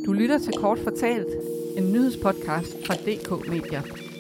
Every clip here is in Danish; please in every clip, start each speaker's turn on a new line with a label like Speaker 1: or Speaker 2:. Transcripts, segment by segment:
Speaker 1: Du lytter til Kort Fortalt, en nyhedspodcast fra DK Media.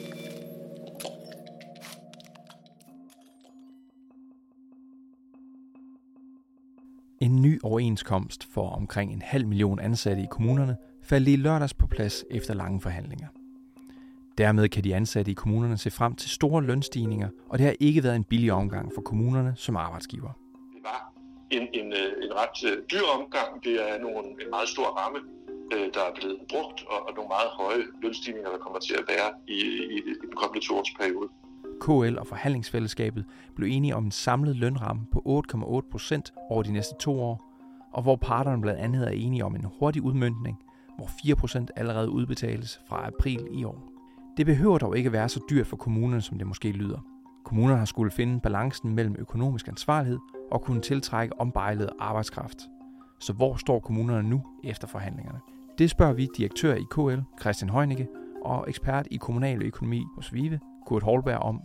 Speaker 2: En ny overenskomst for omkring 500.000 ansatte i kommunerne faldt i lørdags på plads efter lange forhandlinger. Dermed kan de ansatte i kommunerne se frem til store lønstigninger, og det har ikke været en billig omgang for kommunerne som arbejdsgiver.
Speaker 3: Det var en ret dyr omgang. Det er en meget stor ramme, der er blevet brugt, og nogle meget høje lønstigninger, der kommer til at være i den kommende 2-årsperiode.
Speaker 2: KL og forhandlingsfællesskabet blev enige om en samlet lønramme på 8,8% over de næste 2 år, og hvor parterne blandt andet er enige om en hurtig udmøntning, hvor 4% allerede udbetales fra april i år. Det behøver dog ikke være så dyrt for kommunerne, som det måske lyder. Kommunerne har skulle finde balancen mellem økonomisk ansvarlighed og kunne tiltrække ombejlet arbejdskraft. Så hvor står kommunerne nu efter forhandlingerne? Det spørger vi direktør i KL, Christian Heunicke, og ekspert i kommunal økonomi hos VIVE, Kurt Holberg, om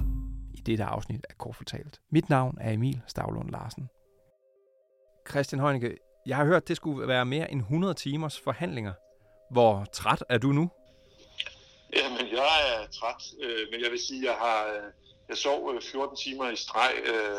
Speaker 2: i dette afsnit af Kort Fortalt. Mit navn er Emil Stavlund Larsen. Christian Heunicke, jeg har hørt, det skulle være mere end 100 timers forhandlinger. Hvor træt er du nu?
Speaker 3: Jamen, jeg er træt, men jeg vil sige, at jeg sov 14 timer i streg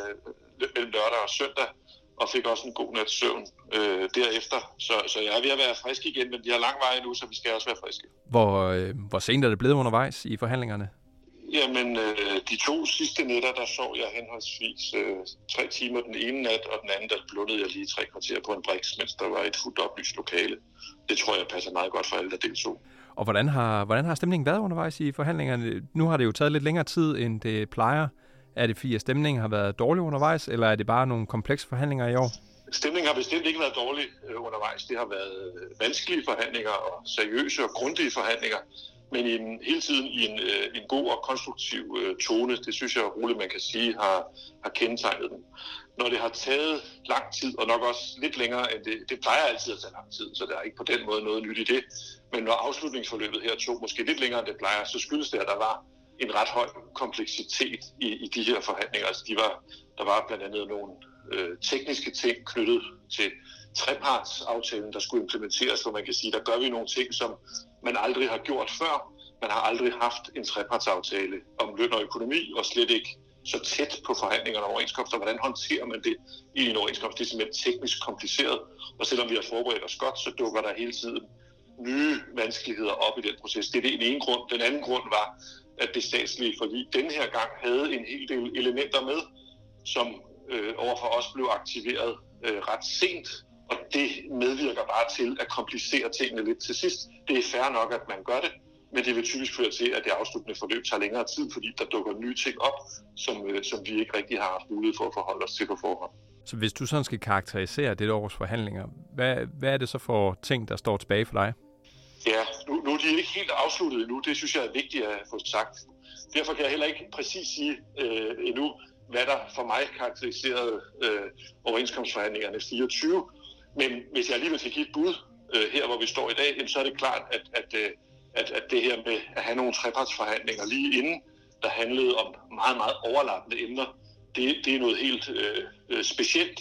Speaker 3: mellem lørdag og søndag, og fik også en god nats søvn derefter. Så jeg er ved at være frisk igen, men de har lang vej nu, så vi skal også være friske.
Speaker 2: Hvor sent er det blevet undervejs i forhandlingerne?
Speaker 3: Jamen, de 2 sidste nætter, der sov jeg henholdsvis 3 timer den ene nat, og den anden, der blundede jeg lige 3 kvarter på en briks, mens der var et fuldt oplyst lokale. Det tror jeg passer meget godt for alle, der deltog.
Speaker 2: Og hvordan har stemningen været undervejs i forhandlingerne? Nu har det jo taget lidt længere tid, end det plejer. Er det fordi, at stemningen har været dårlig undervejs, eller er det bare nogle komplekse forhandlinger i år?
Speaker 3: Stemningen har bestemt ikke været dårlig undervejs. Det har været vanskelige forhandlinger og seriøse og grundige forhandlinger, men hele tiden i en god og konstruktiv tone. Det synes jeg roligt, man kan sige, har kendetegnet dem. Når det har taget lang tid, og nok også lidt længere end det plejer altid at tage lang tid, så der er ikke på den måde noget nyt i det. Men når afslutningsforløbet her tog måske lidt længere end det plejer, så skyldes det, at der var en ret høj kompleksitet i de her forhandlinger. Altså der var blandt andet nogle tekniske ting knyttet til trepartsaftalen, der skulle implementeres, hvor man kan sige, der gør vi nogle ting, som man aldrig har gjort før. Man har aldrig haft en trepartsaftale om løn og økonomi, og slet ikke så tæt på forhandlingerne og overenskomster. Hvordan håndterer man det i en overenskomst? Det er simpelthen teknisk kompliceret, og selvom vi har forberedt os godt, så dukker der hele tiden nye vanskeligheder op i den proces. Det er den ene grund. Den anden grund var, at det statslige forlig denne her gang havde en hel del elementer med, som overfor os blev aktiveret ret sent, og det medvirker bare til at komplicere tingene lidt til sidst. Det er fair nok, at man gør det, men det vil typisk føre til, at det afsluttende forløb tager længere tid, fordi der dukker nye ting op, som vi ikke rigtig har haft mulighed for at forholde os til på forhånd.
Speaker 2: Så hvis du sådan skal karakterisere dette års forhandlinger, hvad er det så for ting, der står tilbage for dig?
Speaker 3: Ja, nu er de ikke helt afsluttet endnu. Det synes jeg er vigtigt at få sagt. Derfor kan jeg heller ikke præcis sige endnu, hvad der for mig karakteriserede overenskomstforhandlingerne 24. Men hvis jeg alligevel skal give et bud her, hvor vi står i dag, så er det klart, at det her med at have nogle trepartsforhandlinger lige inden, der handlede om meget, meget overlappende emner, det er noget helt specielt,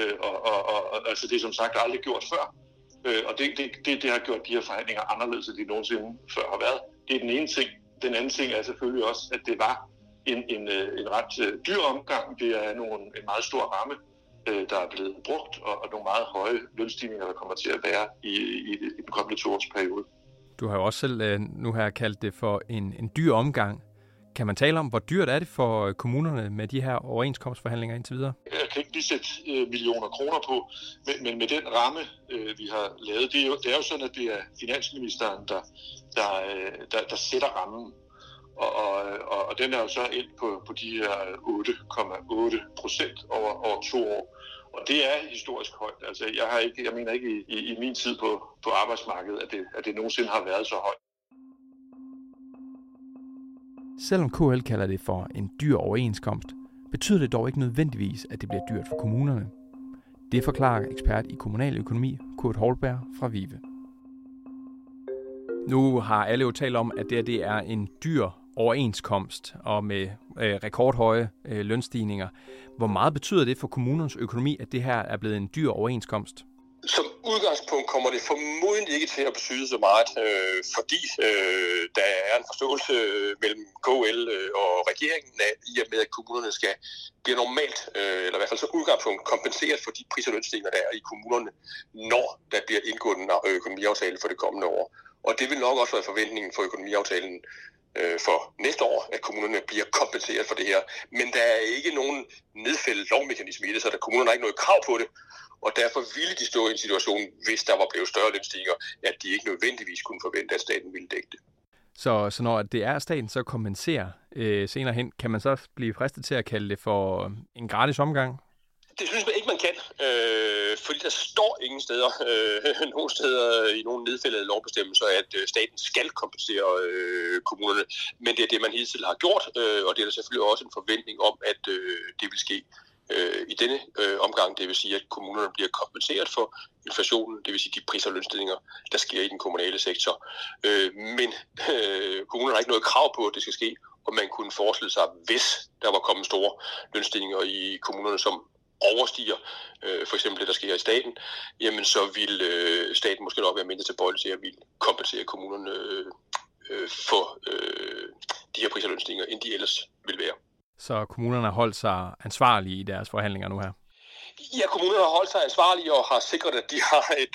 Speaker 3: og altså det er som sagt aldrig gjort før. Og det har gjort de her forhandlinger anderledes, end de nogensinde før har været. Det er den ene ting. Den anden ting er selvfølgelig også, at det var en ret dyr omgang. Det er en meget stor ramme, der er blevet brugt, og nogle meget høje lønstigninger, der kommer til at være i den kommende 2-årsperiode. Du
Speaker 2: har jo også selv nu her kaldt det for en dyr omgang. Kan man tale om, hvor dyrt er det for kommunerne med de her overenskomstforhandlinger indtil videre?
Speaker 3: Jeg kan ikke lige sætte millioner kroner på, men med den ramme, vi har lavet, det er jo sådan, at det er finansministeren, der sætter rammen. Og den er jo så ind på de her 8,8% over 2 år. Og det er historisk højt. Altså, jeg mener ikke i min tid på arbejdsmarkedet, at det nogensinde har været så højt.
Speaker 2: Selvom KL kalder det for en dyr overenskomst, betyder det dog ikke nødvendigvis, at det bliver dyrt for kommunerne. Det forklarer ekspert i kommunal økonomi, Kurt Holberg fra VIVE. Nu har alle jo talt om, at det er en dyr overenskomst og med rekordhøje lønstigninger. Hvor meget betyder det for kommunernes økonomi, at det her er blevet en dyr overenskomst?
Speaker 4: Som udgangspunkt kommer det formodentlig ikke til at betyde så meget, fordi der er en forståelse mellem KL og regeringen i og med, at kommunerne bliver normalt, eller i hvert fald som udgangspunkt, kompenseret for de pris- og lønstigninger, der er i kommunerne, når der bliver indgået en økonomiaftale for det kommende år. Og det vil nok også være forventningen for økonomiaftalen for næste år, at kommunerne bliver kompenseret for det her. Men der er ikke nogen nedfældet lovmekanisme i det, så der kommunerne har ikke noget krav på det. Og derfor ville de stå i en situation, hvis der var blevet større lønstigninger, at de ikke nødvendigvis kunne forvente, at staten ville dække det.
Speaker 2: Så når det er, at staten så kompenserer senere hen, kan man så blive fristet til at kalde det for en gratis omgang?
Speaker 4: Det synes jeg ikke, man kan, fordi der står ingen steder, nogle steder i nogle nedfældede lovbestemmelser, at staten skal kompensere kommunerne. Men det er det, man hidtil har gjort, og det er der selvfølgelig også en forventning om, at det vil ske i denne omgang. Det vil sige, at kommunerne bliver kompenseret for inflationen, det vil sige de pris- og lønstigninger, der sker i den kommunale sektor. Men kommunerne har ikke noget krav på, at det skal ske, og man kunne forestille sig, hvis der var kommet store lønstigninger i kommunerne, som overstiger for eksempel det, der sker i staten, jamen så vil staten måske nok være mindre tilbøjelig til at ville kompensere kommunerne for de her pris- og lønstigninger, end de ellers vil være.
Speaker 2: Så kommunerne har holdt sig ansvarlige i deres forhandlinger nu her?
Speaker 4: Ja, kommunerne har holdt sig ansvarlige og har sikret, at de har et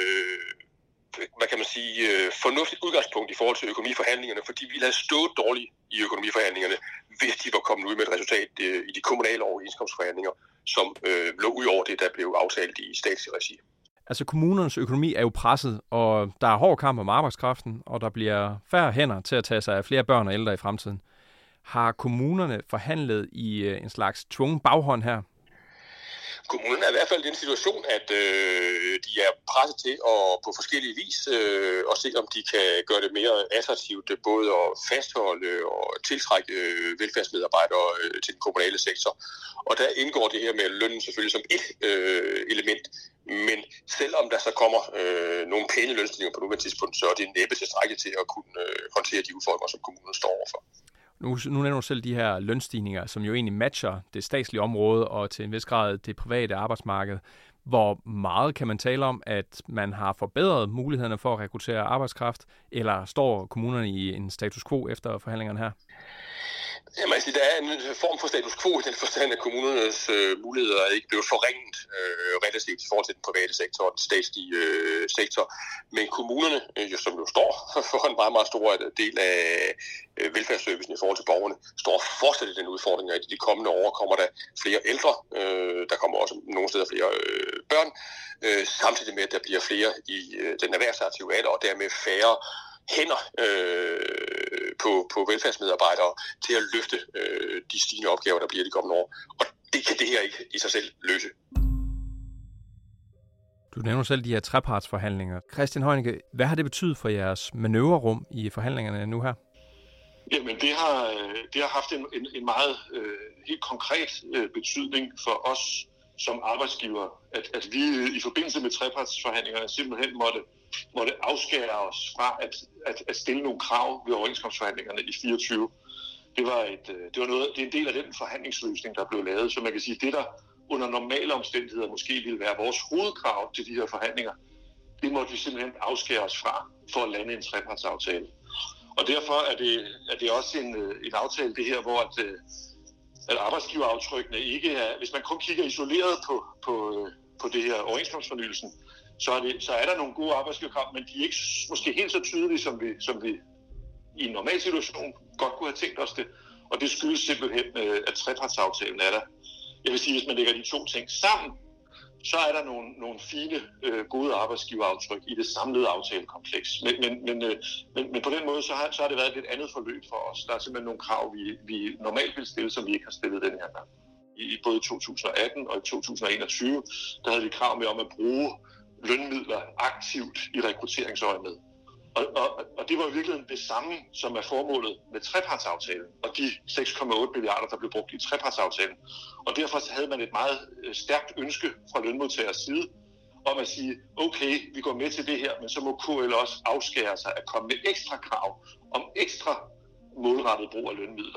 Speaker 4: hvad kan man sige, fornuftigt udgangspunkt i forhold til økonomiforhandlingerne, fordi vi ville have stået dårligt i økonomiforhandlingerne, hvis de var kommet ud med et resultat i de kommunale overenskomstforhandlinger, som lå ud over det, der blev aftalt i statslig regi.
Speaker 2: Altså kommunernes økonomi er jo presset, og der er hård kamp om arbejdskraften, og der bliver færre hænder til at tage sig af flere børn og ældre i fremtiden. Har kommunerne forhandlet i en slags tvungen baghånd her?
Speaker 4: Kommunerne er i hvert fald i den situation, at de er presset til at på forskellige vis at se, om de kan gøre det mere attraktivt både at fastholde og tiltrække velfærdsmedarbejdere til den kommunale sektor. Og der indgår det her med lønnen selvfølgelig som et element. Men selvom der så kommer nogle pæne lønstigninger på nuværende tidspunkt, så er det næppe tilstrækkeligt til at kunne håndtere de udfordringer, som kommunen står overfor.
Speaker 2: Nu nævner du selv de her lønstigninger, som jo egentlig matcher det statslige område og til en vis grad det private arbejdsmarked. Hvor meget kan man tale om, at man har forbedret mulighederne for at rekruttere arbejdskraft, eller står kommunerne i en status quo efter forhandlingerne her?
Speaker 4: Jamen, altså, der er en form for status quo i den forstand, at kommunernes muligheder er ikke blevet forringet relativt i forhold til den private sektor og den statslige sektor. Men kommunerne, som jo står for en meget, meget stor del af velfærdsservicen i forhold til borgerne, står fortsat i den udfordring, at i de kommende år kommer der flere ældre, der kommer også nogle steder flere børn, samtidig med, at der bliver flere i den erhvervsaktive alder, og dermed færre hænder på velfærdsmedarbejdere til at løfte de stigende opgaver, der bliver de kommende år. Og det kan det her ikke i sig selv løse.
Speaker 2: Du nævner selv de her trepartsforhandlinger. Christian Heunicke, hvad har det betydet for jeres manøvrerum i forhandlingerne nu her?
Speaker 3: Jamen, det har haft en meget helt konkret betydning for os som arbejdsgiver, at vi i forbindelse med trepartsforhandlingerne simpelthen måtte afskære os fra at stille nogle krav ved overenskomstforhandlingerne i 24. Det er en del af den forhandlingsløsning, der blev lavet, så man kan sige, det der under normale omstændigheder måske ville være vores hovedkrav til de her forhandlinger, det måtte vi simpelthen afskære os fra for at lande en trepartsaftale. Og derfor er det også en aftale det her, hvor at arbejdsgiveraftrykkene ikke er, hvis man kun kigger isoleret på det her overenskomstfornyelsen, så er der nogle gode arbejdsgiverkrav, men de er ikke måske helt så tydelige, som vi i en normal situation godt kunne have tænkt os det. Og det skyldes simpelthen, at trepartsaftalen er der. Jeg vil sige, hvis man lægger de to ting sammen, så er der nogle fine, gode arbejdsgiveraftryk i det samlede aftalekompleks. Men på den måde, så har det været et lidt andet forløb for os. Der er simpelthen nogle krav, vi normalt vil stille, som vi ikke har stillet den her gang. I både 2018 og i 2021, der havde vi krav med om at bruge lønmidler aktivt i rekrutteringsøjemed. Og det var i virkeligheden det samme, som er formålet med trepartsaftalen, og de 6,8 milliarder, der blev brugt i trepartsaftalen. Og derfor havde man et meget stærkt ønske fra lønmodtagers side om at sige, okay, vi går med til det her, men så må KL også afskære sig at komme med ekstra krav om ekstra målrettet brug af lønmidler.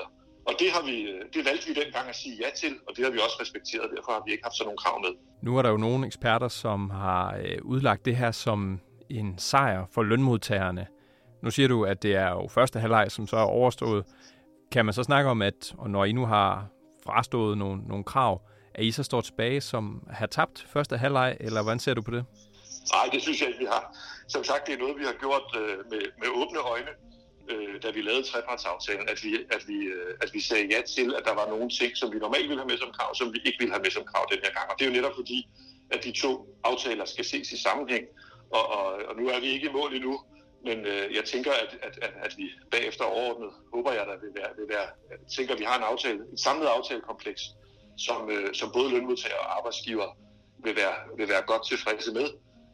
Speaker 3: Og det valgte vi dengang at sige ja til, og det har vi også respekteret, derfor har vi ikke haft sådan nogle krav med.
Speaker 2: Nu er der jo nogle eksperter, som har udlagt det her som en sejr for lønmodtagerne. Nu siger du, at det er jo første halvleg, som så er overstået. Kan man så snakke om, at og når I nu har frastået nogle krav, at I så står tilbage som har tabt første halvleg, eller hvordan ser du på det?
Speaker 3: Nej, det synes jeg ikke, vi har. Som sagt, det er noget, vi har gjort med åbne øjne, da vi lavede trepartsaftalen, at vi sagde ja til, at der var nogle ting, som vi normalt ville have med som krav, som vi ikke ville have med som krav den her gang. Og det er jo netop fordi, at de to aftaler skal ses i sammenhæng, og nu er vi ikke i mål endnu, men jeg tænker, at vi bagefter overordnet, håber jeg, der vil være tænker, at vi har et samlet aftalekompleks, som både lønmodtagere og arbejdsgivere vil være godt tilfredse med.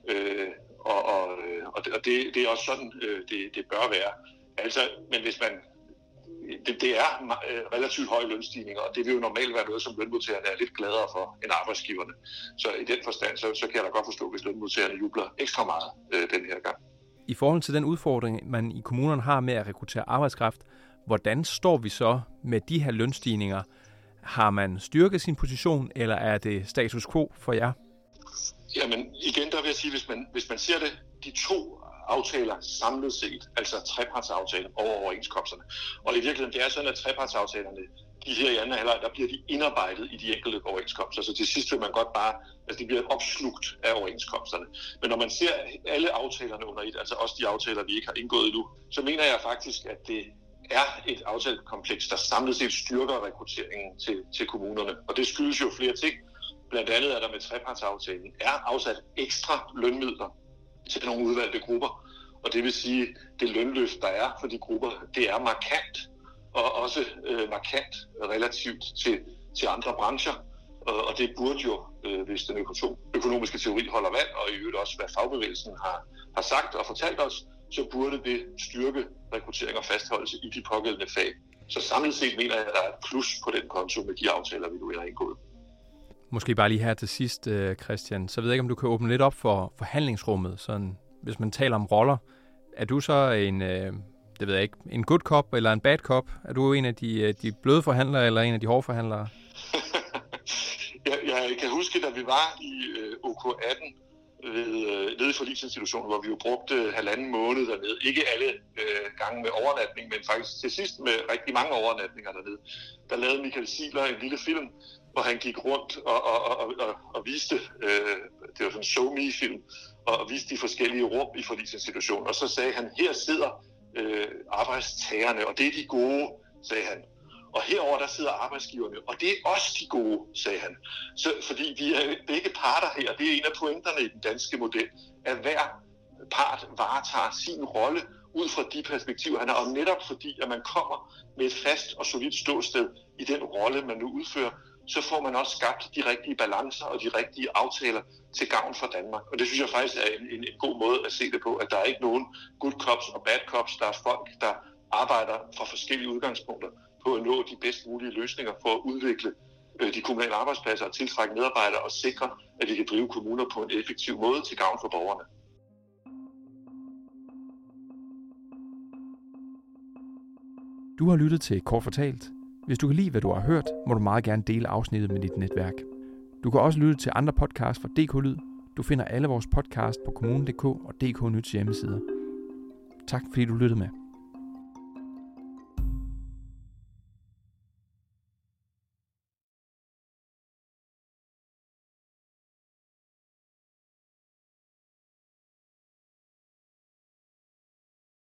Speaker 3: Og det er også sådan, det bør være. Altså, men hvis man... Det er relativt høje lønstigninger, og det vil jo normalt være noget, som lønmodtagerne er lidt gladere for end arbejdsgiverne. Så i den forstand, så kan jeg da godt forstå, hvis lønmodtagerne jubler ekstra meget den her gang.
Speaker 2: I forhold til den udfordring, man i kommunerne har med at rekruttere arbejdskraft, hvordan står vi så med de her lønstigninger? Har man styrket sin position, eller er det status quo for jer?
Speaker 3: Jamen igen, der vil jeg sige, hvis man ser det, de to aftaler samlet set, altså trepartsaftalen over overenskomsterne. Og i virkeligheden, det er sådan, at trepartsaftalerne, de her i anden halvleg, der bliver de indarbejdet i de enkelte overenskomster. Så til sidst vil man godt bare, altså de bliver opslugt af overenskomsterne. Men når man ser alle aftalerne under et, altså også de aftaler, vi ikke har indgået endnu, så mener jeg faktisk, at det er et aftalekompleks, der samlet set styrker rekrutteringen til kommunerne. Og det skyldes jo flere ting. Blandt andet er der med trepartsaftalen er afsat ekstra lønmidler til nogle udvalgte grupper. Og det vil sige, det lønløft, der er for de grupper, det er markant, og også markant relativt til andre brancher. Og det burde jo, hvis den økonomiske teori holder vand, og i øvrigt også, hvad fagbevægelsen har sagt og fortalt os, så burde det styrke rekruttering og fastholdelse i de pågældende fag. Så samlet set mener jeg, at der er et plus på den konto med de aftaler, vi nu har indgået.
Speaker 2: Måske bare lige her til sidst, Christian, så ved jeg ikke, om du kan åbne lidt op for forhandlingsrummet. Sådan, hvis man taler om roller, er du så en good cop eller en bad cop? Er du en af de bløde forhandlere eller en af de hårde forhandlere?
Speaker 3: Jeg kan huske, da vi var i OK18 nede i forligsinstitutionen, hvor vi jo brugte 1,5 måned dernede. Ikke alle gange med overnatning, men faktisk til sidst med rigtig mange overnatninger dernede. Der lavede Michael Ziegler en lille film, hvor han gik rundt og viste, det var sådan en show me-film, og viste de forskellige rum i forligsinstitutionen. Og så sagde han, her sidder arbejdstagerne, og det er de gode, sagde han. Og herover der sidder arbejdsgiverne, og det er også de gode, sagde han. Så, fordi vi er begge parter her, det er en af pointerne i den danske model, at hver part varetager sin rolle ud fra de perspektiver, han har. Og netop fordi, at man kommer med et fast og solidt ståsted i den rolle, man nu udfører, så får man også skabt de rigtige balancer og de rigtige aftaler til gavn for Danmark. Og det synes jeg faktisk er en god måde at se det på, at der er ikke nogen good cops og bad cops. Der er folk, der arbejder fra forskellige udgangspunkter på at nå de bedst mulige løsninger for at udvikle de kommunale arbejdspladser og tiltrække medarbejdere og sikre, at vi kan drive kommuner på en effektiv måde til gavn for borgerne.
Speaker 2: Du har lyttet til Kort Fortalt. Hvis du kan lide, hvad du har hørt, må du meget gerne dele afsnittet med dit netværk. Du kan også lytte til andre podcasts fra DK Lyd. Du finder alle vores podcasts på kommunen.dk og DK Nyts hjemmesider. Tak fordi du lyttede med.